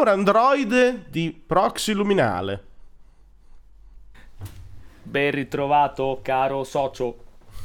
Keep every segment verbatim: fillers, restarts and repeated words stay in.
un androide di proxy luminale. Ben ritrovato, caro socio.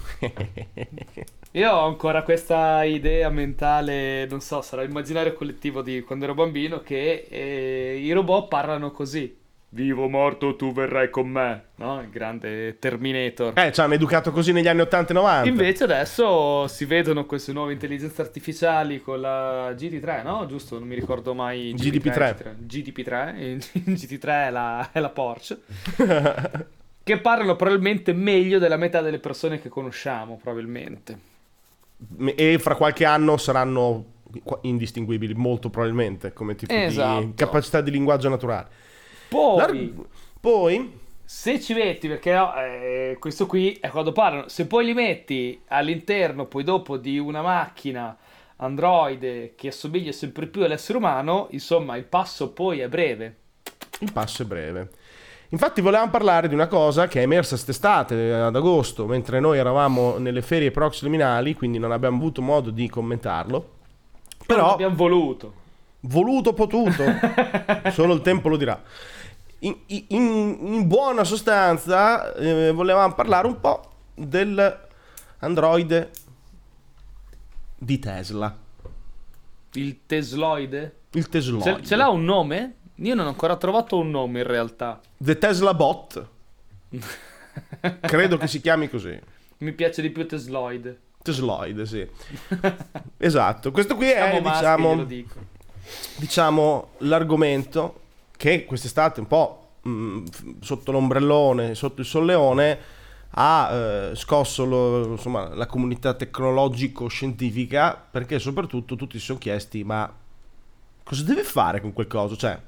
Io ho ancora questa idea mentale, non so, sarà l'immaginario collettivo di quando ero bambino, che eh, i robot parlano così. Vivo o morto, tu verrai con me, no? Il grande Terminator. Eh, ci hanno educato così negli anni ottanta e novanta. Invece adesso si vedono queste nuove intelligenze artificiali con la G T tre, no? Giusto? Non mi ricordo mai. G D P tre. G D P tre. G T tre è la, è la Porsche. Che parlano probabilmente meglio della metà delle persone che conosciamo, probabilmente. E fra qualche anno saranno indistinguibili, molto probabilmente, come tipo esatto. di capacità di linguaggio naturale. Poi, Lar- poi se ci metti, perché no, eh, questo qui è quando parlano, se poi li metti all'interno poi dopo di una macchina androide che assomiglia sempre più all'essere umano, insomma il passo poi è breve. Il passo è breve. Infatti volevamo parlare di una cosa che è emersa quest'estate, ad agosto, mentre noi eravamo nelle ferie proxy luminali, quindi non abbiamo avuto modo di commentarlo. Però non abbiamo voluto. Voluto, potuto. Solo il tempo lo dirà. In, in, in buona sostanza eh, volevamo parlare un po' dell'androide di Tesla. Il Tesloide? Il Tesloide. Ce, ce l'ha un nome? Io non ho ancora trovato un nome in realtà. The Tesla Bot. Credo che si chiami così. Mi piace di più Tesloide. Tesloide, sì. Esatto. Questo qui è, Siamo maschi, diciamo, glielo dico. diciamo, l'argomento che quest'estate un po' mh, sotto l'ombrellone, sotto il solleone, ha eh, scosso lo, insomma, la comunità tecnologico-scientifica, perché soprattutto tutti si sono chiesti: ma cosa deve fare con quel coso? Cioè,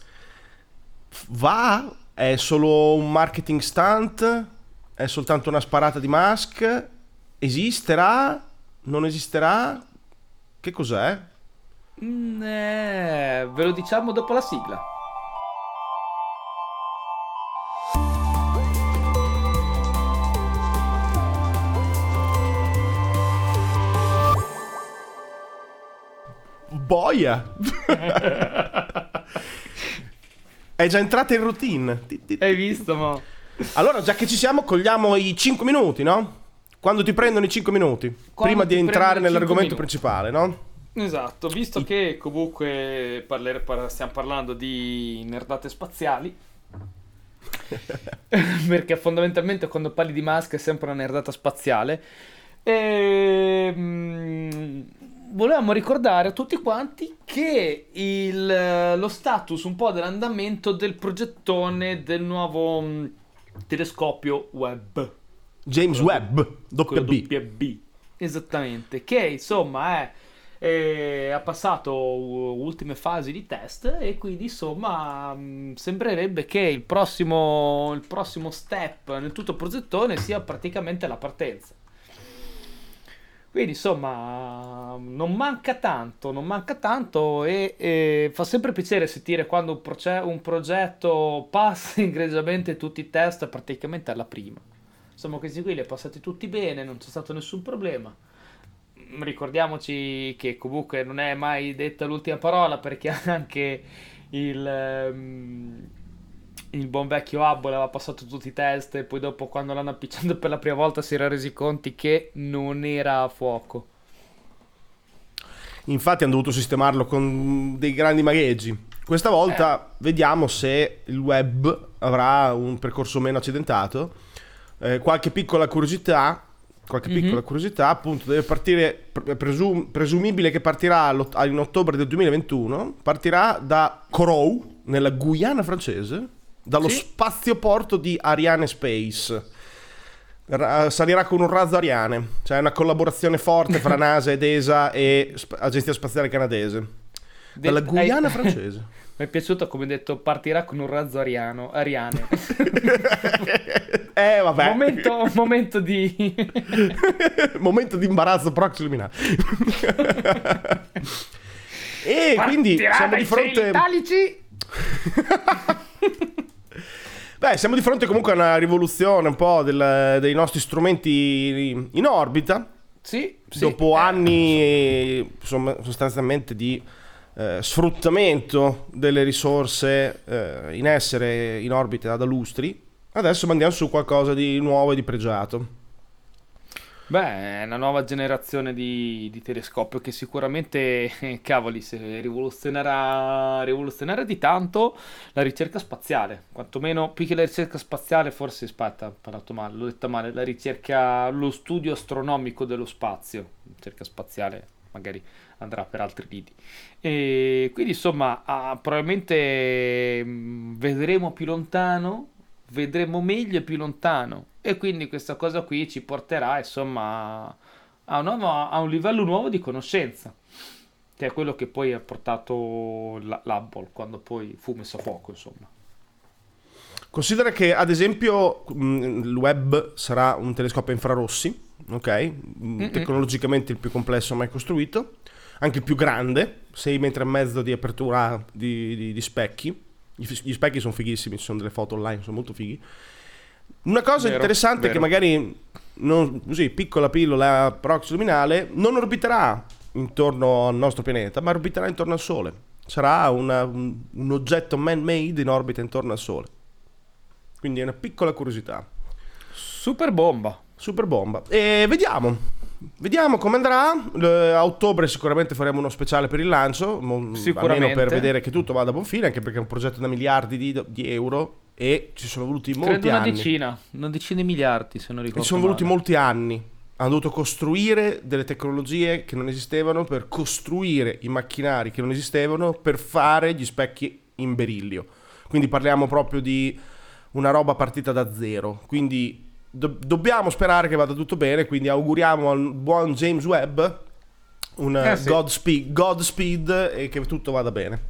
va? È solo un marketing stunt? È soltanto una sparata di Musk? Esisterà? Non esisterà? Che cos'è? Mm, eh, ve lo diciamo dopo la sigla. Boia! È già entrata in routine. Hai visto, mo? Allora, già che ci siamo, cogliamo i cinque minuti, no? Quando ti prendono i cinque minuti, Quando prima di entrare nell'argomento minuti. principale, no? Esatto, visto che comunque parler- par- stiamo parlando di nerdate spaziali, perché fondamentalmente quando parli di Musk è sempre una nerdata spaziale, e, mm, volevamo ricordare a tutti quanti che il, lo status un po' dell'andamento del progettone del nuovo mm, telescopio Webb. James Webb, doppia B. doppia B. Esattamente, che insomma è, è, ha passato uh, ultime fasi di test e quindi insomma mh, sembrerebbe che il prossimo, il prossimo step nel tutto progettone sia praticamente la partenza. Quindi insomma non manca tanto, non manca tanto e, e fa sempre piacere sentire quando un, proce- un progetto passa egregiamente tutti i test praticamente alla prima. Insomma, questi qui li ha passati tutti bene, non c'è stato nessun problema. Ricordiamoci che comunque non è mai detta l'ultima parola, perché anche il, um, il buon vecchio Hubble aveva passato tutti i test e poi dopo, quando l'hanno appicciato per la prima volta, si era resi conti che non era a fuoco. Infatti hanno dovuto sistemarlo con dei grandi magheggi. Questa volta eh. vediamo se il Webb avrà un percorso meno accidentato. Eh, qualche piccola curiosità, qualche mm-hmm. piccola curiosità, appunto, deve partire, presum, presumibile che partirà in ottobre del duemilaventuno, partirà da Kourou, nella Guyana francese, dallo sì. spazioporto di Ariane Space. Ra- salirà con un razzo Ariane, cioè una collaborazione forte fra NASA ed E S A e Sp- Agenzia Spaziale Canadese. Dalla Guyana hai... francese. Mi è piaciuto come hai detto, partirà con un razzo ariano, Ariane. Eh vabbè. Momento, momento di... momento di imbarazzo proxy luminale. E partirà quindi siamo di fronte... italici. Beh, siamo di fronte comunque a una rivoluzione un po' del, dei nostri strumenti in orbita. Sì. Dopo sì, anni, eh, insomma, sostanzialmente di... eh, sfruttamento delle risorse eh, in essere in orbita da lustri, adesso mandiamo su qualcosa di nuovo e di pregiato. Beh, è una nuova generazione di, di telescopio che sicuramente, eh, cavoli, se rivoluzionerà, rivoluzionerà di tanto la ricerca spaziale. Quantomeno, più che la ricerca spaziale, forse, aspetta, ho parlato male, l'ho detta male, la ricerca, lo studio astronomico dello spazio. Ricerca spaziale magari andrà per altri lidi. E quindi, insomma, ah, probabilmente mh, vedremo più lontano, vedremo meglio e più lontano. E quindi questa cosa qui ci porterà, insomma, a un, nuovo- a un livello nuovo di conoscenza, che è quello che poi ha portato la- l'Hubble quando poi fu messo a fuoco, insomma. Considera che ad esempio mh, il Webb sarà un telescopio a infrarossi, ok? Mh, Mm-mm. Tecnologicamente il più complesso mai costruito, anche il più grande, sei metri e mezzo di apertura di, di- di specchi. Gli, fi- gli specchi sono fighissimi, ci sono delle foto online, sono molto fighi. Una cosa Vero, interessante è che vero. magari, non, così, piccola pillola proxy luminale, non orbiterà intorno al nostro pianeta, ma orbiterà intorno al Sole. Sarà una- un, un oggetto man-made in orbita intorno al Sole. Quindi è una piccola curiosità. Super bomba. Super bomba. E vediamo. Vediamo come andrà. Eh, A ottobre sicuramente faremo uno speciale per il lancio. mo- Sicuramente. Almeno per vedere che tutto vada a buon fine, anche perché è un progetto da miliardi di, di euro e ci sono voluti molti Credo una anni. decina, una decina di miliardi, se non Ci ricordo sono voluti male. molti anni. Hanno dovuto costruire delle tecnologie che non esistevano per costruire i macchinari che non esistevano per fare gli specchi in berillio. Quindi parliamo proprio di una roba partita da zero. Quindi do- dobbiamo sperare che vada tutto bene. Quindi auguriamo al buon James Webb un Eh sì. Godspeed, Godspeed e che tutto vada bene.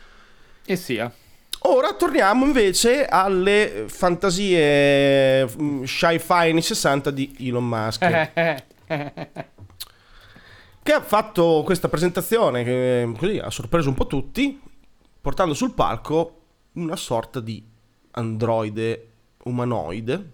E sia. Ora torniamo invece alle fantasie mm, sci-fi anni sessanta di Elon Musk, che ha fatto questa presentazione che così ha sorpreso un po' tutti, portando sul palco una sorta di androide umanoide,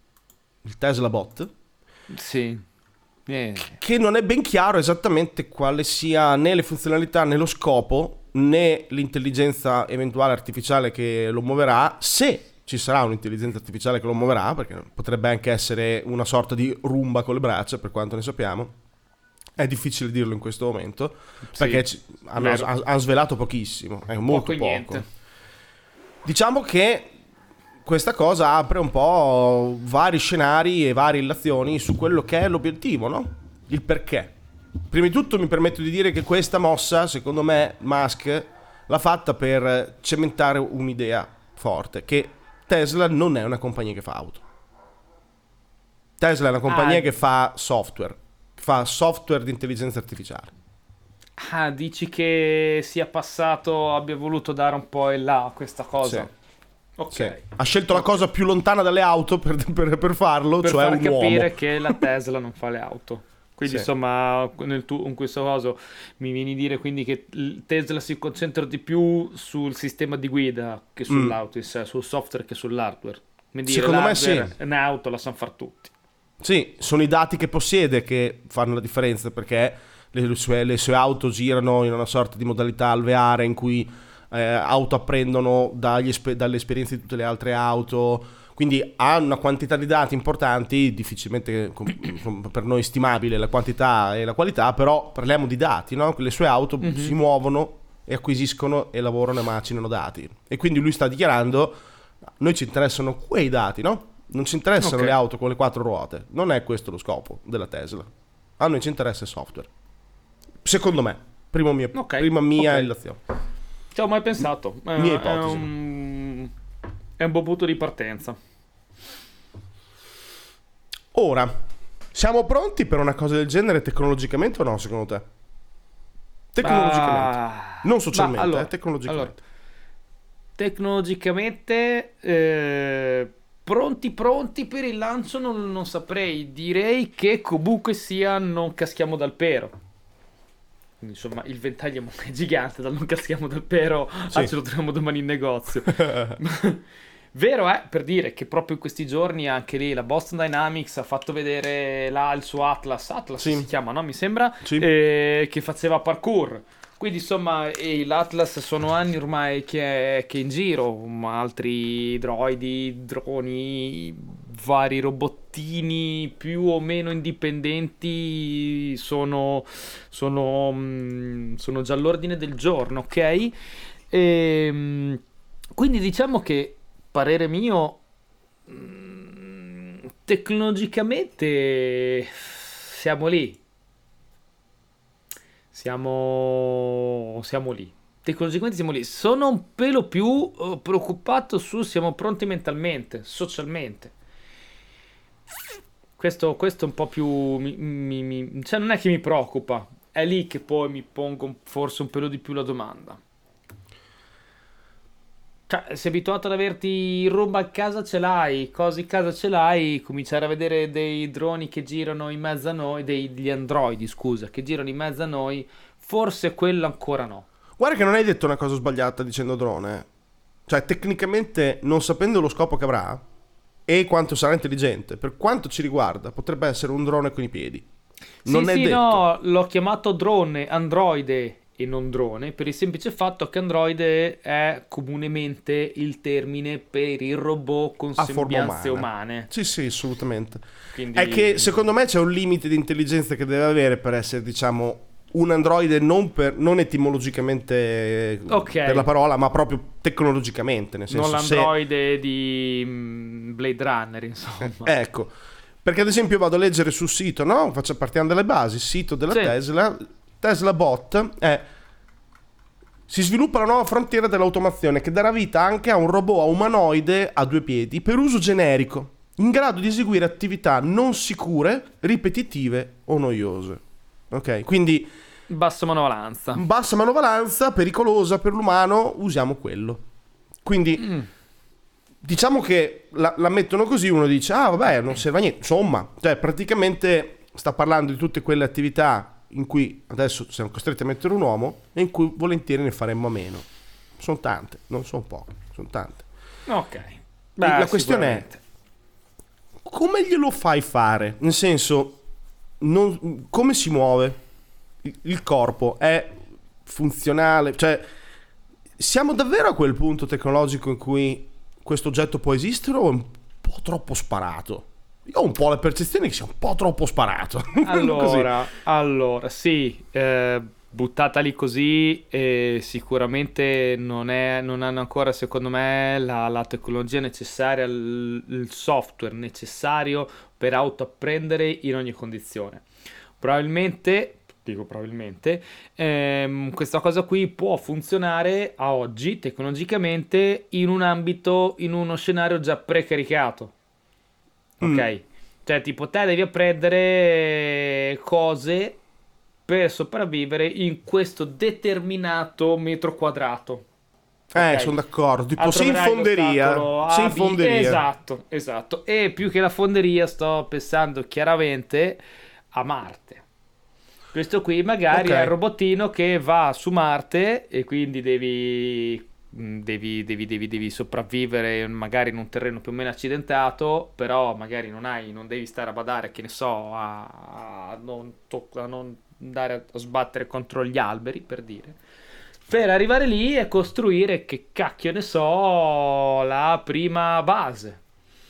il Tesla Bot, Sì. Eh. che non è ben chiaro esattamente quale sia né le funzionalità né lo scopo né l'intelligenza eventuale artificiale che lo muoverà, se ci sarà un'intelligenza artificiale che lo muoverà, perché potrebbe anche essere una sorta di Roomba con le braccia, per quanto ne sappiamo. È difficile dirlo in questo momento, perché ci- hanno, vero. han- hanno svelato pochissimo, è molto Poco e poco. niente. Diciamo che questa cosa apre un po' vari scenari e varie illazioni su quello che è l'obiettivo, no? Il perché. Prima di tutto mi permetto di dire che questa mossa, secondo me, Musk l'ha fatta per cementare un'idea forte, che Tesla non è una compagnia che fa auto. Tesla è una compagnia Ah. che fa software, che fa software di intelligenza artificiale. Ah, dici che sia passato, abbia voluto dare un po' in là a questa cosa. Sì. Ok. Sì. Ha scelto la cosa più lontana dalle auto per, per- per farlo, Per cioè far un capire uomo. che la Tesla non fa le auto. Quindi Sì. insomma, nel tu- in questo caso mi vieni a dire quindi che il Tesla si concentra di più sul sistema di guida che sull'auto in sé, sul software che sull'hardware. Quindi Mm. Secondo me l'hardware, sì. un'auto la sanno far tutti. Sì, sono i dati che possiede che fanno la differenza, perché le sue, le sue auto girano in una sorta di modalità alveare in cui eh, auto apprendono dagli espe- dalle esperienze di tutte le altre auto, quindi ha una quantità di dati importanti, difficilmente com- com- per noi stimabile la quantità e la qualità, però parliamo di dati, no? Le sue auto si muovono e acquisiscono e lavorano e macinano dati, e quindi lui sta dichiarando: noi ci interessano quei dati, no? Non ci interessano Ok. le auto con le quattro ruote, non è questo lo scopo della Tesla. A noi ci interessa il software. Secondo me, primo mia, Ok, prima mia ok. illazione. Ci ho mai pensato. È, Mia è ipotesi. un... è un buon punto di partenza. Ora, siamo pronti per una cosa del genere tecnologicamente o no, secondo te? Tecnologicamente. Ah, Non socialmente, ma allora- eh, tecnologicamente. allora, tecnologicamente eh, pronti pronti per il lancio non, non saprei, direi che comunque sia non caschiamo dal pero. Quindi, insomma, il ventaglio è gigante dal non caschiamo dal pero Sì. a ce lo troviamo domani in negozio. Vero è, per dire che proprio in questi giorni anche lì la Boston Dynamics ha fatto vedere là il suo Atlas, Atlas Sì. si chiama, no? Mi sembra, Sì. eh, che faceva parkour. Quindi insomma eh, l'Atlas sono anni ormai che è, che è in giro, ma altri droidi, droni, vari robottini più o meno indipendenti sono, sono, mm, sono già all'ordine del giorno, ok? E, quindi diciamo che, parere mio, mm, tecnologicamente siamo lì. Siamo, siamo lì. Tecnologicamente siamo lì. Sono un pelo più uh, preoccupato su siamo pronti mentalmente, socialmente. Questo, questo un po' più... Mi, mi- mi- cioè non è che mi preoccupa. È lì che poi mi pongo forse un pelo di più la domanda. Cioè, sei abituato ad averti roba a casa ce l'hai, cose in casa ce l'hai, cominciare a vedere dei droni che girano in mezzo a noi, dei- degli androidi, scusa, che girano in mezzo a noi, forse quello ancora no. Guarda che non hai detto una cosa sbagliata dicendo drone. Cioè, tecnicamente, non sapendo lo scopo che avrà e quanto sarà intelligente, per quanto ci riguarda, potrebbe essere un drone con i piedi. Non Sì, è sì, detto. no, l'ho chiamato drone, androide e non drone, per il semplice fatto che androide è comunemente il termine per il robot con A forma sembianze umana. umane. Sì, sì, assolutamente. Quindi... È che secondo me c'è un limite di intelligenza che deve avere per essere, diciamo, un androide non, per, non etimologicamente Ok. per la parola, ma proprio tecnologicamente. Nel senso, non se- l'androide di mm, Blade Runner, insomma. Ecco, perché ad esempio vado a leggere sul sito, no? Faccio, partiamo dalle basi, il sito della Sì. Tesla, Tesla Bot è... Si sviluppa la nuova frontiera dell'automazione che darà vita anche a un robot umanoide a due piedi per uso generico, in grado di eseguire attività non sicure, ripetitive o noiose. Ok, quindi Bassa manovalanza. bassa manovalanza, pericolosa per l'umano, usiamo quello. Quindi Mm. diciamo che la, la mettono così, uno dice ah vabbè non serve a niente, insomma, cioè praticamente sta parlando di tutte quelle attività in cui adesso siamo costretti a mettere un uomo e in cui volentieri ne faremmo a meno. Sono tante, non sono poche, sono tante. Ok. La Beh, questione è sicuramente. come glielo fai fare? Nel senso, non- come si muove? Il, il corpo è funzionale? Cioè, siamo davvero a quel punto tecnologico in cui questo oggetto può esistere o è un po' troppo sparato? Io ho un po' la percezione che sia un po' troppo sparato. Così. Allora, allora, sì, eh, buttata lì così, eh, sicuramente non è, non hanno ancora, secondo me, la, la tecnologia necessaria, il, il software necessario per autoapprendere in ogni condizione. Probabilmente, dico probabilmente, ehm, questa cosa qui può funzionare a oggi tecnologicamente in un ambito, in uno scenario già precaricato. Ok, Mm. cioè tipo te devi apprendere cose per sopravvivere in questo determinato metro quadrato. Eh, Ok. sono d'accordo. Tipo, sei in Troverai fonderia. l'ostacolo Sei A, in B. fonderia. Esatto, esatto. E più che la fonderia sto pensando chiaramente a Marte. Questo qui magari Ok. è il robottino che va su Marte e quindi devi, mh, devi, devi, devi, devi sopravvivere magari in un terreno più o meno accidentato, però magari non hai, non devi stare a badare, che ne so, a, a non, to- a non andare a sbattere contro gli alberi, per dire. Per arrivare lì e costruire, che cacchio ne so, la prima base.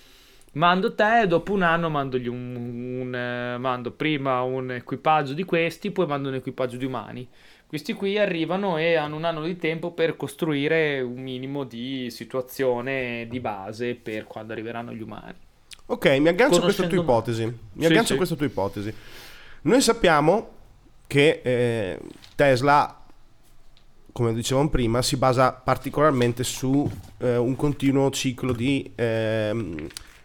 Mando te, dopo un anno mandogli un, un, eh, mando prima un equipaggio di questi, poi mando un equipaggio di umani. Questi qui arrivano e hanno un anno di tempo per costruire un minimo di situazione di base per quando arriveranno gli umani. Ok, mi aggancio a questa tua Conoscendo ipotesi. Mi Sì, aggancio sì. a questa tua ipotesi. Noi sappiamo che eh, Tesla, come dicevamo prima, si basa particolarmente su eh, un continuo ciclo di, ehm,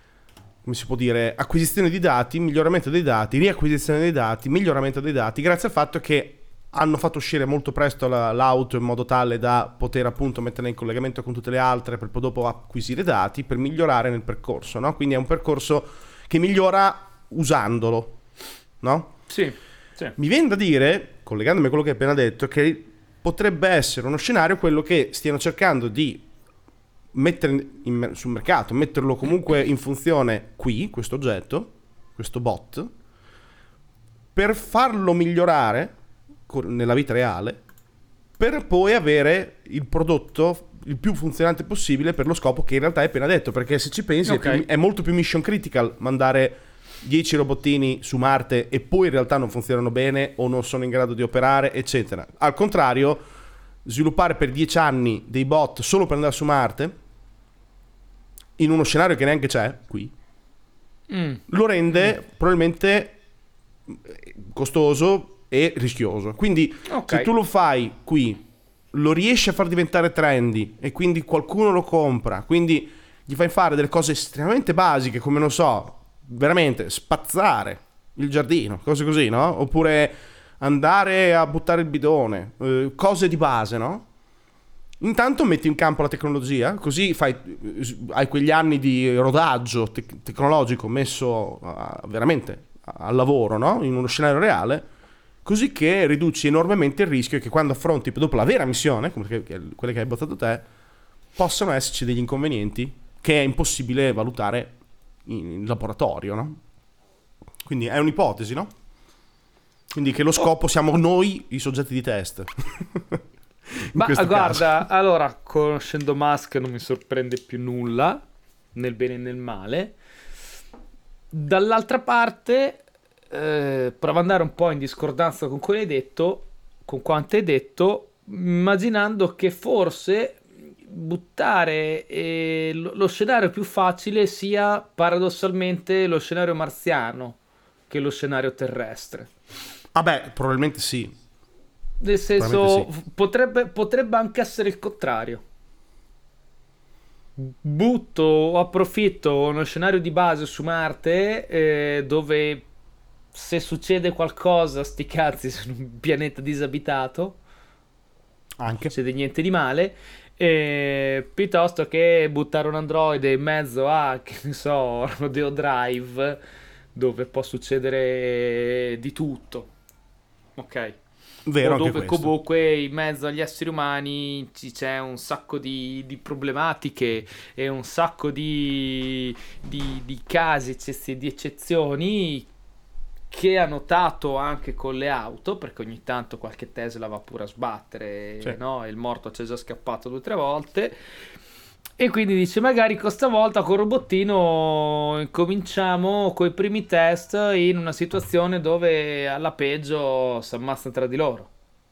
come si può dire, acquisizione di dati, miglioramento dei dati, riacquisizione dei dati, miglioramento dei dati, grazie al fatto che hanno fatto uscire molto presto la- l'auto in modo tale da poter appunto metterla in collegamento con tutte le altre per poi dopo acquisire dati per migliorare nel percorso, no? Quindi è un percorso che migliora usandolo, no? Sì, sì. Mi viene da dire, collegandomi a quello che hai appena detto, che potrebbe essere uno scenario quello che stiano cercando di mettere in- sul mercato, metterlo comunque in funzione qui, questo oggetto, questo bot, per farlo migliorare co- nella vita reale per poi avere il prodotto il più funzionante possibile per lo scopo che in realtà è appena detto, perché se ci pensi Ok. è, più- è molto più mission critical mandare dieci robottini su Marte e poi in realtà non funzionano bene o non sono in grado di operare, eccetera. Al contrario, sviluppare per dieci anni dei bot solo per andare su Marte, in uno scenario che neanche c'è qui, Mm. lo rende probabilmente costoso e rischioso. Quindi Ok. se tu lo fai qui, lo riesci a far diventare trendy e quindi qualcuno lo compra, quindi gli fai fare delle cose estremamente basiche come, non so, veramente spazzare il giardino, cose così, no? Oppure andare a buttare il bidone, eh, cose di base, no? Intanto metti in campo la tecnologia, così fai, hai quegli anni di rodaggio tec- tecnologico messo a- veramente al lavoro, no? In uno scenario reale, così che riduci enormemente il rischio che quando affronti dopo la vera missione, come che- che- quelle che hai bottato te, possano esserci degli inconvenienti che è impossibile valutare in, in laboratorio, no? Quindi è un'ipotesi, no? Quindi che lo scopo siamo noi i soggetti di test. In Ma questo guarda, caso. allora, conoscendo Musk non mi sorprende più nulla, nel bene e nel male. Dall'altra parte, eh, provo ad andare un po' in discordanza con quello che hai detto, con quanto hai detto, immaginando che forse buttare eh, lo, lo scenario più facile sia paradossalmente lo scenario marziano che lo scenario terrestre. Vabbè, probabilmente sì. Nel senso, Probabilmente f- potrebbe, potrebbe anche essere il contrario. Butto o approfitto uno scenario di base su Marte eh, dove se succede qualcosa, sti cazzi, su un pianeta disabitato, Anche. succede niente di male, eh, piuttosto che buttare un androide in mezzo a, che ne so, Rodeo Drive, dove può succedere di tutto. Ok. Vero, O anche dove questo. comunque in mezzo agli esseri umani ci c'è un sacco di, di problematiche e un sacco di, di, di casi ecce- di eccezioni che ha notato anche con le auto, perché ogni tanto qualche Tesla va pure a sbattere, Sì. no? Il morto c'è già scappato due o tre volte. E quindi dice, magari questa volta con robottino cominciamo coi primi test in una situazione dove alla peggio si ammazzano tra di loro.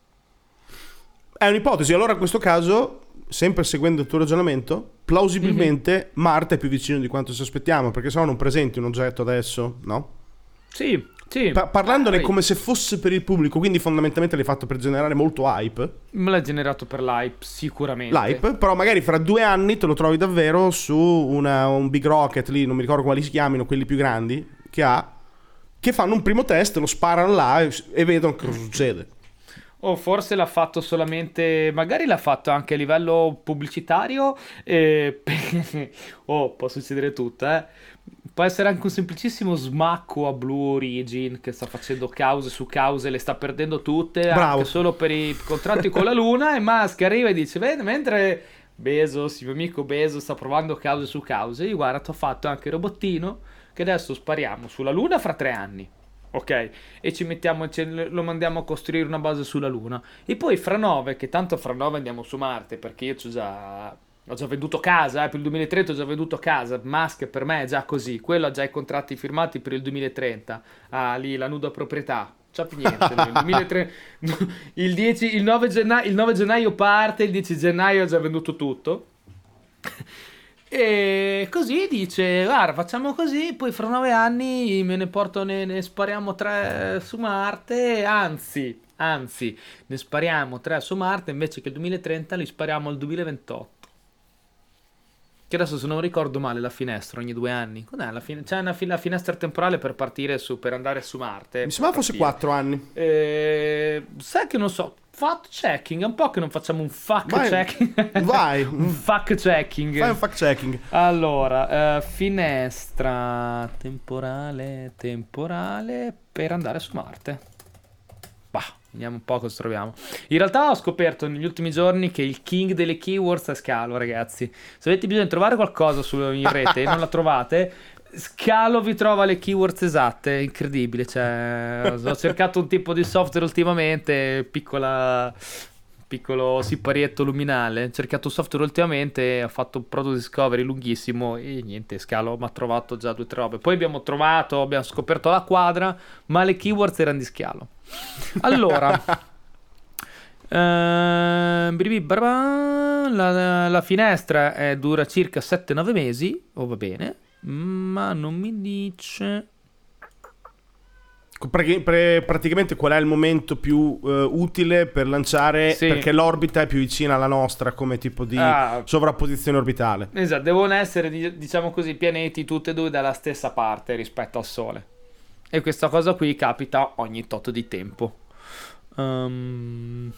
È un'ipotesi. Allora, in questo caso, sempre seguendo il tuo ragionamento, plausibilmente Marte è più vicino di quanto ci aspettiamo, perché se no non presenti un oggetto adesso, no? Sì, sì. Pa- parlandone Ah, come se fosse per il pubblico, quindi fondamentalmente l'hai fatto per generare molto hype. me l'ha generato per l'hype, sicuramente. L'hype, però magari fra due anni te lo trovi davvero su una- un Big Rocket lì, non mi ricordo quali si chiamino, quelli più grandi, che ha, che fanno un primo test, lo sparano là e, e vedono cosa succede. O forse l'ha fatto solamente, magari l'ha fatto anche a livello pubblicitario, e... oh, può succedere tutto, eh. Può essere anche un semplicissimo smacco a Blue Origin che sta facendo cause su cause, le sta perdendo tutte, Bravo. anche solo per i contratti con la Luna, e Musk arriva e dice, bene, mentre Bezos, il mio amico Bezos, sta provando cause su cause, io guarda, ti ho fatto anche il robottino che adesso spariamo sulla Luna fra tre anni. Ok, e ci mettiamo, ce- lo mandiamo a costruire una base sulla Luna. E poi fra nove, che tanto fra nove andiamo su Marte, perché io c'ho già, ho già venduto casa, eh, per il duemilatrenta ho già venduto casa. Musk per me è già così, quello ha già i contratti firmati per il duemilatrenta. Ah, lì la nuda proprietà. C'ha più niente. Il, duemilatrenta il, dieci, il, nove gennaio, il nove gennaio parte, il dieci gennaio ho già venduto tutto. E così dice, guarda, facciamo così, poi fra nove anni me ne porto, ne, ne spariamo tre su Marte, anzi, anzi, ne spariamo tre su Marte invece che il duemilatrenta li spariamo al duemilaventotto. Che adesso se non ricordo male la finestra ogni due anni. Cos'è la fin- c'è una fi- la finestra temporale per partire su, per andare su Marte. Mi sembra fosse partire. quattro anni. Eh, sai che non so, fact checking, è un po' che non facciamo un fact Vai, checking. vai. un fact checking. Fai un fact checking. Allora, eh, finestra temporale, temporale per andare su Marte. Bah, vediamo un po' cosa troviamo. In realtà ho scoperto negli ultimi giorni che il king delle keywords è Scalo, ragazzi. Se avete bisogno di trovare qualcosa su, in rete e non la trovate, Scalo vi trova le keywords esatte. È incredibile. Cioè, ho cercato un tipo di software ultimamente, piccola... piccolo siparietto luminale. Ho cercato software ultimamente, ho fatto un product discovery lunghissimo e niente, Scalo mi ha trovato già due o tre robe. Poi abbiamo trovato, abbiamo scoperto la quadra, ma le keywords erano di Scalo. Allora, ehm, bribi, barba, la, la finestra eh, dura circa sette nove mesi, o va bene, ma non mi dice... Pre- pre- praticamente qual è il momento più uh, utile per lanciare, Sì. perché l'orbita è più vicina alla nostra come tipo di Ah. sovrapposizione orbitale. Esatto, devono essere, di- diciamo così, pianeti tutti e due dalla stessa parte rispetto al Sole. E questa cosa qui capita ogni tot di tempo. Ehm,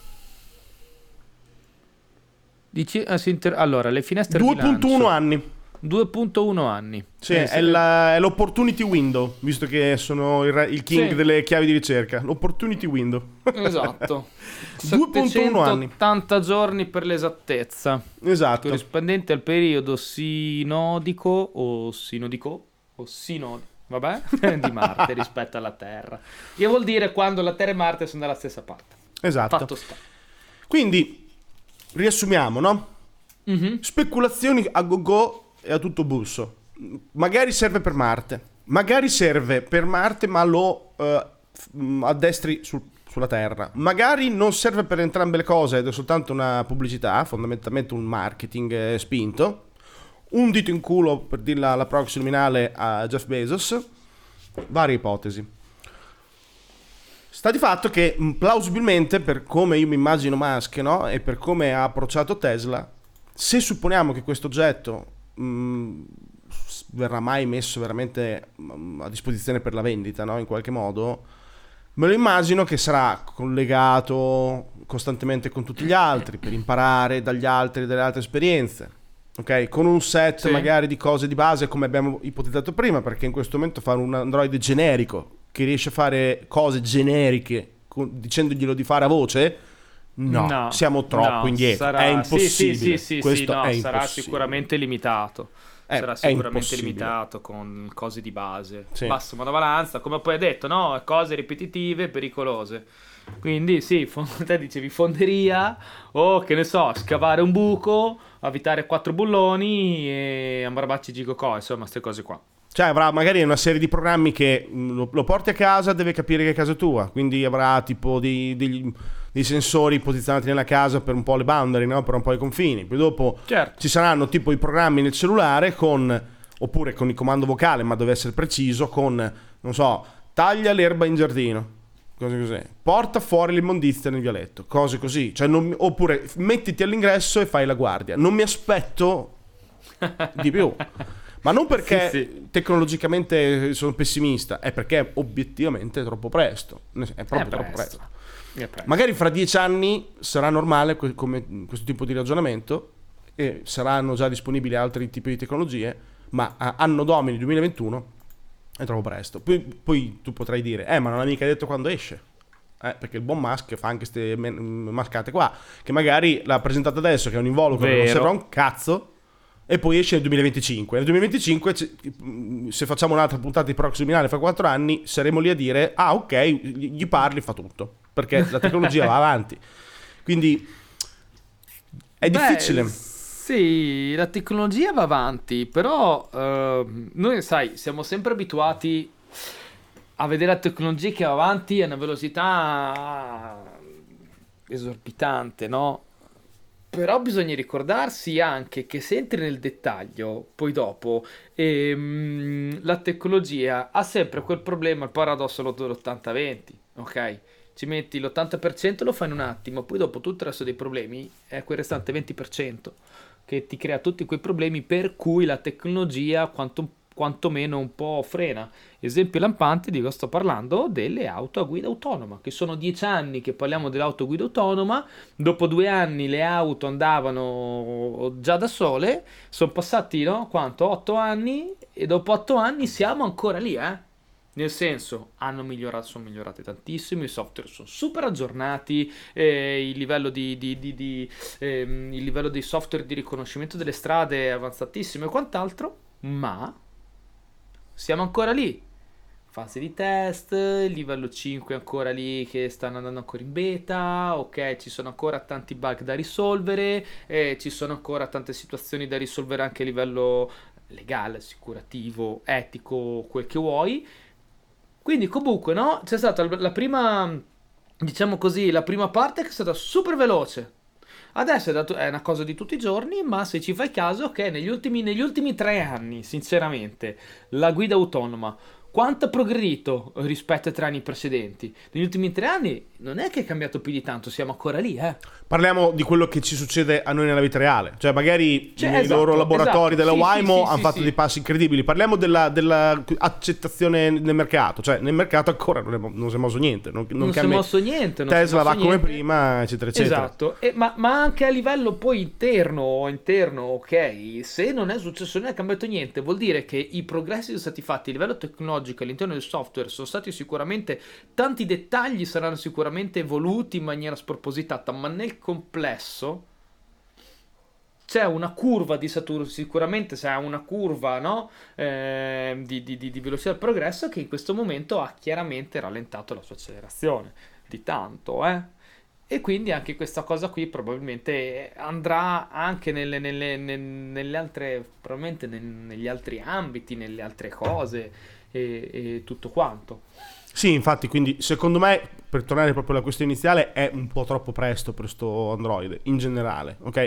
dici, eh, si inter- allora, le finestre di due virgola uno lancio. anni. due virgola uno anni. Sì, Eh, è, se- la- è l'opportunity window, visto che sono il, re- il king Sì. delle chiavi di ricerca. L'opportunity window. Esatto. due virgola uno anni. settecentottanta giorni per l'esattezza. Esatto. Corrispondente al periodo sinodico o sinodico o sinodico, vabbè, di Marte rispetto alla Terra. Che vuol dire quando la Terra e Marte sono dalla stessa parte. Esatto. Fatto sta. Quindi, riassumiamo, no? Mhm. Speculazioni a go-go e a tutto busso. Magari serve per Marte. Magari serve per Marte, ma lo eh, f- mh, addestri sul- sulla Terra. Magari non serve per entrambe le cose ed è soltanto una pubblicità, fondamentalmente un marketing eh, spinto. Un dito in culo, per dirla alla proxy luminale, a Jeff Bezos. Varie ipotesi. Sta di fatto che mh, plausibilmente, per come io mi immagino Musk, no? E per come ha approcciato Tesla, se supponiamo che questo oggetto mh, s- verrà mai messo veramente mh, a disposizione per la vendita, no? In qualche modo, me lo immagino che sarà collegato costantemente con tutti gli altri per imparare dagli altri delle altre esperienze, ok? Con un set Sì. magari di cose di base come abbiamo ipotizzato prima, perché in questo momento fare un Android generico che riesce a fare cose generiche con- dicendoglielo di fare a voce, no, No, siamo troppo no, indietro, sarà- è impossibile. Sì, sì, sì, sì, Questo sì, no, è sarà impossibile. sicuramente limitato. Eh, sarà è sicuramente impossibile. limitato con cose di base. Sì. Basso monovalanza, come poi hai detto, no? Cose ripetitive, pericolose. Quindi sì, fon- te dicevi fonderia o che ne so, scavare un buco, avvitare quattro bulloni e ambarbacci gigocò, insomma, queste cose qua. Cioè avrà magari una serie di programmi che mh, lo, lo porti a casa, deve capire che è casa tua, quindi avrà tipo dei, degli- dei sensori posizionati nella casa per un po' le boundary, no? Per un po' i confini. Poi dopo Certo. ci saranno tipo i programmi nel cellulare con, oppure con il comando vocale, ma deve essere preciso, con, non so, taglia l'erba in giardino, cose così, porta fuori l'immondizia nel vialetto, cose così. Cioè non- oppure mettiti all'ingresso e fai la guardia. Non mi aspetto di più. Ma non perché Sì, sì. tecnologicamente sono pessimista, è perché obiettivamente è troppo presto. È proprio È troppo presto. presto. È presto. Magari fra dieci anni sarà normale que- come questo tipo di ragionamento e saranno già disponibili altri tipi di tecnologie, ma a anno domini duemilaventuno è troppo presto. Poi, poi tu potrai dire, eh ma non ha mica detto quando esce. Eh, perché il buon Musk fa anche queste mascate qua, che magari l'ha presentato adesso, che è un involucro che non Vero. serve a un cazzo, e poi esce nel duemilaventicinque. Nel duemilaventicinque, c- se facciamo un'altra puntata di Proxy Luminale fra quattro anni, saremo lì a dire, ah ok, gli gli parli, fa tutto. Perché la tecnologia va avanti. Quindi è Beh, difficile. Sì, la tecnologia va avanti, però ehm, noi, sai, siamo sempre abituati a vedere la tecnologia che va avanti a una velocità esorbitante, no? Però bisogna ricordarsi anche che se entri nel dettaglio, poi dopo, ehm, la tecnologia ha sempre quel problema, il paradosso dell'ottanta venti, ok? Ci metti l'ottanta per cento, lo fai in un attimo, poi dopo tutto il resto dei problemi è quel restante venti per cento che ti crea tutti quei problemi per cui la tecnologia quanto, quantomeno un po' frena. Esempio lampante di cosa sto parlando, delle auto a guida autonoma, che sono dieci anni che parliamo dell'auto a guida autonoma, dopo due anni le auto andavano già da sole, sono passati, no? Quanto? Otto anni, e dopo otto anni siamo ancora lì, eh? Nel senso, hanno migliorato, sono migliorati tantissimo, i software sono super aggiornati, eh, il livello di, di, di, di, ehm, il livello dei software di riconoscimento delle strade è avanzatissimo e quant'altro, ma siamo ancora lì. fase di test, il livello cinque ancora lì che stanno andando ancora in beta, ok, ci sono ancora tanti bug da risolvere, e ci sono ancora tante situazioni da risolvere anche a livello legale, assicurativo, etico, quel che vuoi. Quindi comunque, no, c'è stata la prima, diciamo così, la prima parte che è stata super veloce. Adesso è, dato, è una cosa di tutti i giorni, ma se ci fai caso, che negli ultimi, negli ultimi tre anni, sinceramente, la guida autonoma, quanto ha progredito rispetto ai tre anni precedenti? Negli ultimi tre anni non è che è cambiato più di tanto, siamo ancora lì, eh. Parliamo di quello che ci succede a noi nella vita reale. Cioè magari Cioè, nei esatto, loro laboratori esatto. della Sì, Waymo sì, hanno sì, fatto sì, dei sì. passi incredibili. Parliamo della, della accettazione nel mercato. Cioè nel mercato ancora non, è, non si è mosso niente. Non, non Non si è cambia- mosso niente. Non si è Tesla mosso va come niente. prima, eccetera, eccetera. Esatto, e, ma, ma anche a livello poi interno, interno, ok, se non è successo, non è cambiato niente, vuol dire che i progressi sono stati fatti a livello tecnologico all'interno del software, sono stati sicuramente, tanti dettagli saranno sicuramente evoluti in maniera spropositata, ma nel complesso c'è una curva di Saturno, sicuramente c'è una curva, no? Eh, di, di, di, di velocità del progresso che in questo momento ha chiaramente rallentato la sua accelerazione, di tanto, eh? E quindi anche questa cosa qui probabilmente andrà anche nelle, nelle, nelle, nelle altre, probabilmente nel- negli altri ambiti, nelle altre cose e, e tutto quanto. Sì, infatti, quindi secondo me, per tornare proprio alla questione iniziale, è un po' troppo presto per sto Android, in generale, ok?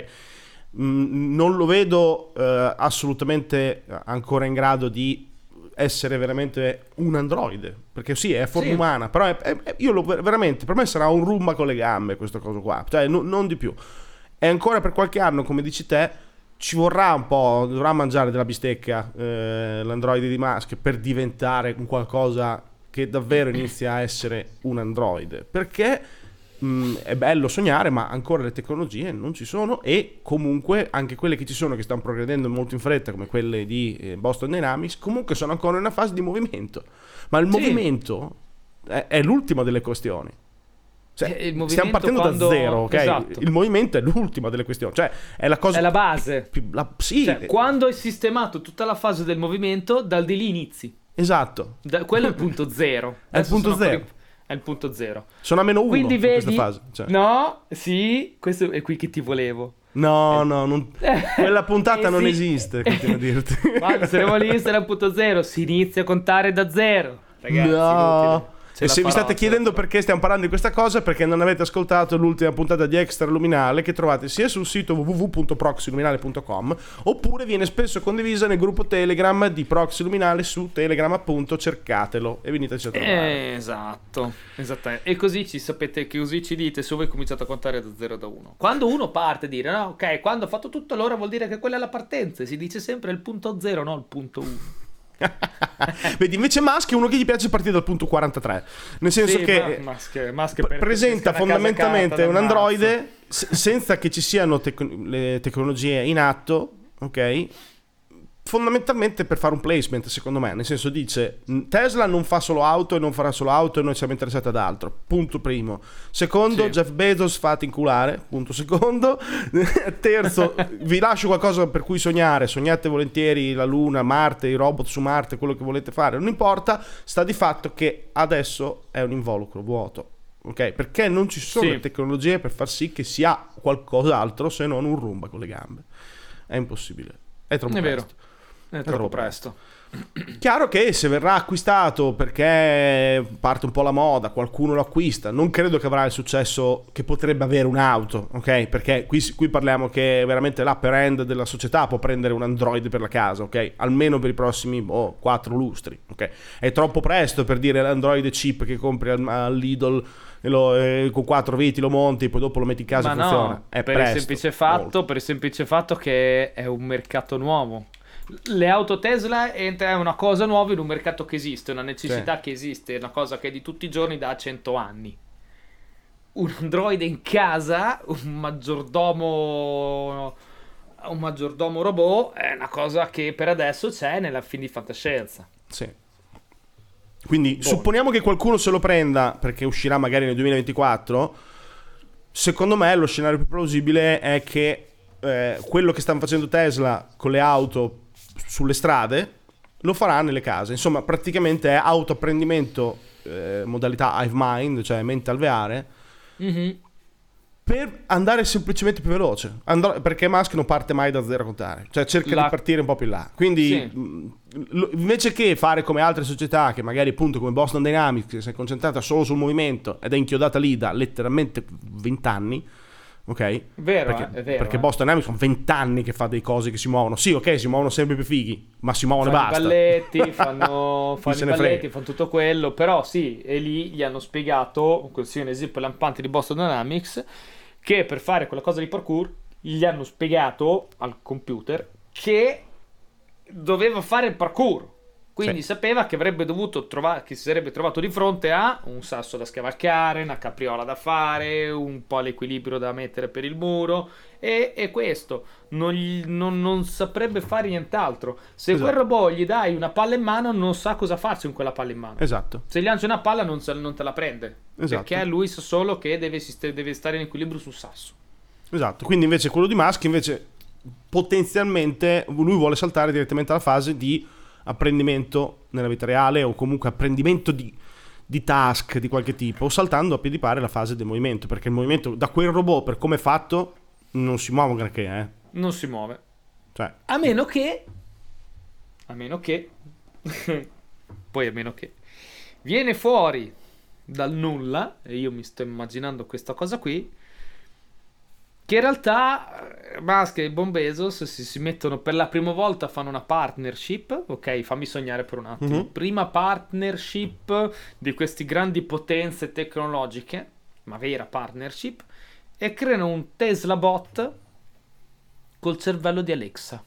Mm, non lo vedo eh, assolutamente ancora in grado di essere veramente un Android, perché sì, è forma Sì. umana, però è- è- io lo veramente, per me sarà un Roomba con le gambe questa cosa qua, cioè no- non di più. E ancora per qualche anno, come dici te, ci vorrà un po', dovrà mangiare della bistecca eh, l'Android di Musk per diventare un qualcosa che davvero inizia a essere un Android, perché mh, è bello sognare, ma ancora le tecnologie non ci sono, e comunque anche quelle che ci sono, che stanno progredendo molto in fretta, come quelle di eh, Boston Dynamics, comunque sono ancora in una fase di movimento, ma il Sì. movimento è, è l'ultima delle questioni. Cioè, Eh, il movimento stiamo partendo quando- da zero, ok? esatto. Il movimento è l'ultima delle questioni, cioè è la cosa È la base. più- la- sì, Cioè, quando hai sistemato tutta la fase del movimento, dal di lì inizi. esatto. Da- quello è il punto zero. È il Adesso punto sono ancora zero. in- È il punto zero. Sono a meno uno Quindi in vedi, questa fase. Cioè. no, sì, questo è qui che ti volevo. No, no, non- quella puntata Eh, non sì. esiste, continuo a dirti. Quando saremo lì sarà il punto zero, si inizia a contare da zero. Ragazzi, No. inutile. Ce E la se vi farò, state ce chiedendo la farò. perché stiamo parlando di questa cosa, perché non avete ascoltato l'ultima puntata di Extra Luminale, che trovate sia sul sito w w w punto proxy luminale punto com, oppure viene spesso condivisa nel gruppo Telegram di Proxy Luminale su Telegram, appunto, cercatelo e veniteci a trovare. Eh, esatto, esattamente. E così ci sapete, che così ci dite se voi cominciate a contare da zero da uno. Quando uno parte a dire, no, ok, quando ho fatto tutto allora vuol dire che quella è la partenza. E si dice sempre il punto zero, no il punto uno. Vedi, invece Musk è uno che gli piace partire dal punto quarantatré, nel senso Sì, che ma- Musk- Musk p- per- presenta per- una casa fondamentalmente carta un da Android mazzo. se- senza che ci siano tec- le tecnologie in atto, ok? Fondamentalmente per fare un placement, secondo me, nel senso dice Tesla non fa solo auto e non farà solo auto e noi siamo interessati ad altro, punto primo. Secondo, Sì. Jeff Bezos, fate inculare, punto secondo. Terzo, vi lascio qualcosa per cui sognare, sognate volentieri la Luna, Marte, i robot su Marte, quello che volete fare, non importa, sta di fatto che adesso è un involucro vuoto, ok? Perché non ci sono Sì. le tecnologie per far sì che sia qualcos'altro se non un Roomba con le gambe. È impossibile, è troppo È vero. presto. È troppo troppo presto. Chiaro che se verrà acquistato perché parte un po' la moda, qualcuno lo acquista, non credo che avrà il successo che potrebbe avere un'auto, ok? Perché qui, qui parliamo che veramente l'upper end della società può prendere un Android per la casa, ok? Almeno per i prossimi oh, quattro lustri, ok? È troppo presto per dire l'Android chip che compri al, al Lidl e lo, eh, con quattro viti lo monti e poi dopo lo metti in casa Ma e funziona. no, È per presto, il semplice fatto, molto. per il semplice fatto che è un mercato nuovo. Le auto Tesla entra- è una cosa nuova in un mercato che esiste, una necessità Sì. che esiste, è una cosa che è di tutti i giorni da cento anni. Un Android in casa, un maggiordomo un maggiordomo robot è una cosa che per adesso c'è nella film di fantascienza. Sì. Quindi Buono. supponiamo che qualcuno se lo prenda perché uscirà magari nel duemilaventiquattro. Secondo me lo scenario più plausibile è che eh, quello che stanno facendo Tesla con le auto sulle strade lo farà nelle case. Insomma, praticamente è autoapprendimento, eh, modalità Hive Mind, cioè mente alveare, mm-hmm. per andare semplicemente più veloce. Andrò, perché Musk non parte mai da zero a contare, cioè cerca La... di partire un po' più in là. Quindi sì. mh, lo, invece che fare come altre società che magari appunto come Boston Dynamics, che si è concentrata solo sul movimento ed è inchiodata lì da letteralmente venti anni, ok? Vero, perché, eh, è vero. Perché eh. Boston Dynamics sono venti anni che fa delle cose che si muovono. Sì, ok, si muovono sempre più fighi, ma si muovono fanno e basta. I balletti, fanno, fanno se i ne balletti, frega. fanno tutto quello. Però sì, e lì gli hanno spiegato, questo è un esempio lampante di Boston Dynamics, che per fare quella cosa di parkour gli hanno spiegato al computer che doveva fare il parkour. Quindi Sì. sapeva che avrebbe dovuto trovare, che si sarebbe trovato di fronte a un sasso da scavalcare, una capriola da fare, un po' l'equilibrio da mettere per il muro. E, e questo non, gli- non- non saprebbe fare nient'altro. Se Esatto. quel robot gli dai una palla in mano, non sa cosa farci con quella palla in mano. Esatto. Se gli lanci una palla, non, se- non te la prende. Esatto. Perché lui sa solo che deve, sist- deve stare in equilibrio sul sasso. Esatto. Quindi invece quello di Musk invece potenzialmente lui vuole saltare direttamente alla fase di apprendimento nella vita reale, o comunque apprendimento di, di task di qualche tipo, saltando a piedi pari la fase del movimento, perché il movimento da quel robot, per come è fatto, non si muove granché, eh. Non si muove. Cioè, A meno che... A meno che... Poi a meno che... Viene fuori dal nulla, e io mi sto immaginando questa cosa qui, che in realtà eh, Musk e Bon Bezos si, si mettono per la prima volta, fanno una partnership. Ok, fammi sognare per un attimo. Mhm. Prima partnership di queste grandi potenze tecnologiche, ma vera partnership, e creano un Tesla bot col cervello di Alexa.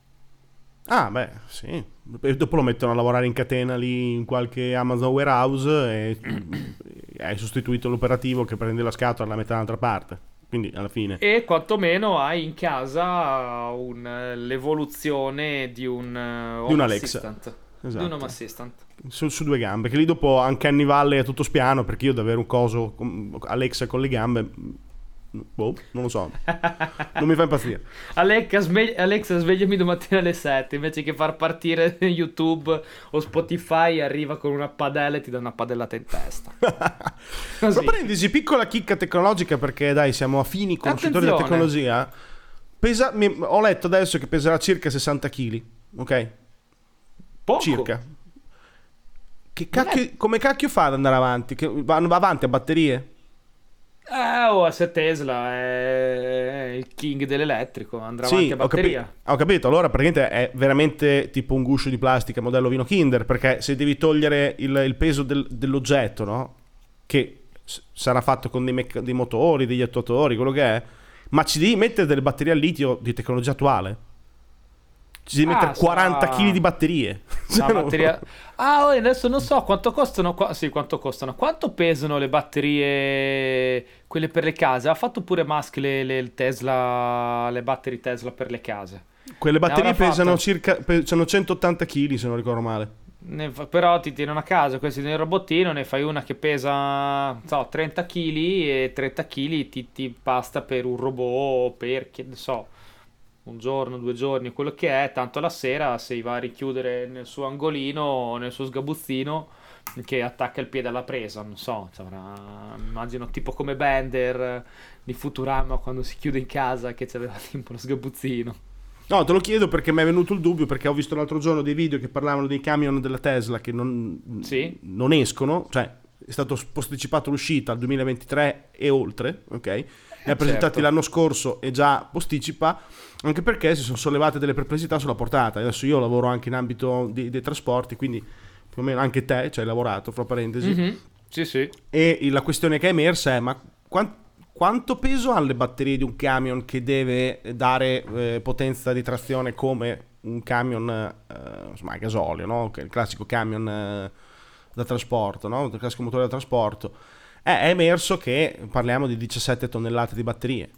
ah beh, sì. E dopo lo mettono a lavorare in catena lì in qualche Amazon warehouse e hai sostituito l'operativo che prende la scatola e la mette da un'altra parte. Quindi alla fine E quantomeno hai in casa un, l'evoluzione di un uh, Di un Home Alexa. Assistant. Esatto. Di un Home Assistant. su, su due gambe, che lì dopo anche Anni Valle è tutto spiano, perché io davvero un coso com- Alexa con le gambe, boh, non lo so, non mi fa impazzire. Alexa, svegli- Alexa, svegliami domattina alle sette. Invece che far partire YouTube o Spotify, arriva con una padella e ti dà una padellata in testa. Così. Tra parentesi, piccola chicca tecnologica, perché dai, siamo affini conoscitori della Attenzione. tecnologia. Pesa, mi- ho letto adesso che peserà circa sessanta chili, ok? Poco. Circa. Che Non cacchio, come cacchio fa ad andare avanti? Che va, va avanti a batterie? Eh, oh, se Tesla è il king dell'elettrico, andrà Sì, avanti a ho, capi- batteria. ho capito. Allora praticamente è veramente tipo un guscio di plastica modello vino Kinder, perché se devi togliere il, il peso del- dell'oggetto, no? Che s- sarà fatto con dei, mecc- dei motori, degli attuatori, quello che è, ma ci devi mettere delle batterie al litio di tecnologia attuale. Ci devi Ah, mettere quaranta sarà- chili di batterie. La Cioè, no. batteria... Ah, oh, adesso non so quanto costano. qua- Sì, quanto costano. Quanto pesano le batterie, quelle per le case? Ha fatto pure Musk le, le- il Tesla, le batterie Tesla per le case. Quelle batterie avrà pesano fatto. circa pesano centottanta chili, se non ricordo male. Ne fa- però ti tiene una casa, questi nel robottino, ne fai una che pesa, non so, trenta chili e trenta chili ti, ti basta per un robot, per, che ne so, un giorno, due giorni, quello che è, tanto la sera se va a richiudere nel suo angolino, nel suo sgabuzzino, che attacca il piede alla presa, non so, cioè, avrà- immagino tipo come Bender di Futurama quando si chiude in casa che c'aveva tipo lo sgabuzzino. No, te lo chiedo perché mi è venuto il dubbio, perché ho visto l'altro giorno dei video che parlavano dei camion della Tesla che non, Sì. non escono, cioè è stato posticipato l'uscita al duemilaventitré e oltre, ok? Ne ha presentati certo. l'anno scorso e già posticipa, anche perché si sono sollevate delle perplessità sulla portata. Adesso io lavoro anche in ambito di- dei trasporti, quindi più o meno anche te ci hai lavorato, fra parentesi. Mhm. Sì, sì. E la questione che è emersa è: ma quan- quanto peso hanno le batterie di un camion che deve dare eh, potenza di trazione come un camion eh, insomma, a gasolio, no? Che è il classico camion eh, da trasporto, no? Il classico motore da trasporto. Eh, è emerso che parliamo di diciassette tonnellate di batterie.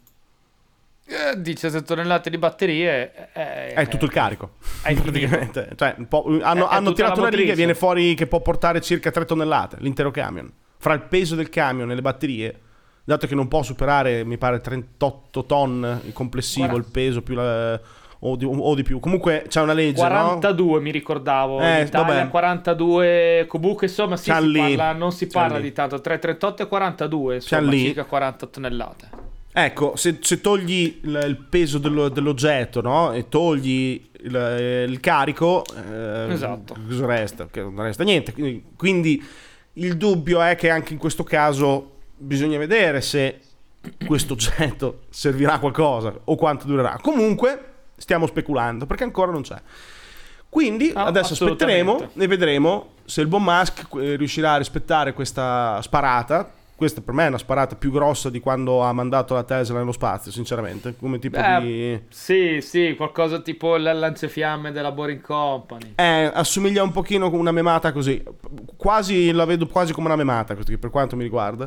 Eh, diciassette tonnellate di batterie è, È tutto il carico. È finito. praticamente. Cioè, un po'- hanno, È- è hanno tutta tirato la una riga e motrice. viene fuori che può portare circa tre tonnellate l'intero camion. Fra il peso del camion e le batterie, dato che non può superare, mi pare, trentotto ton il complessivo, Guarda. il peso più la, o di, o di più. Comunque c'è una legge, quarantadue no? mi ricordavo, Eh, in Italia vabbè. quarantadue, comunque insomma sì, C'han si lì. parla, non si C'han parla lì. di tanto, tra trentotto e quarantadue, insomma lì. circa quaranta tonnellate. Ecco, se, se togli il, il peso dello- dell'oggetto, no? E togli il, il carico, eh, Esatto. cosa resta? Che non resta niente. Quindi, quindi il dubbio è che anche in questo caso bisogna vedere se questo oggetto servirà a qualcosa o quanto durerà. Comunque stiamo speculando perché ancora non c'è. Quindi Ah, adesso assolutamente. aspetteremo e vedremo se il buon Musk eh, riuscirà a rispettare questa sparata. Questa per me è una sparata più grossa di quando ha mandato la Tesla nello spazio, sinceramente, come tipo Eh, di... sì, sì, qualcosa tipo il lanciafiamme della Boring Company. Eh, assomiglia un pochino a una memata così, quasi la vedo quasi come una memata così, per quanto mi riguarda.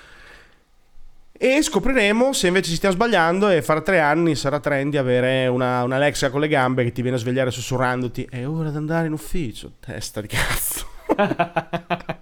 E scopriremo se invece ci stiamo sbagliando e fra tre anni sarà trendy avere una, una Alexa con le gambe che ti viene a svegliare sussurrandoti: è ora di andare in ufficio, testa di cazzo.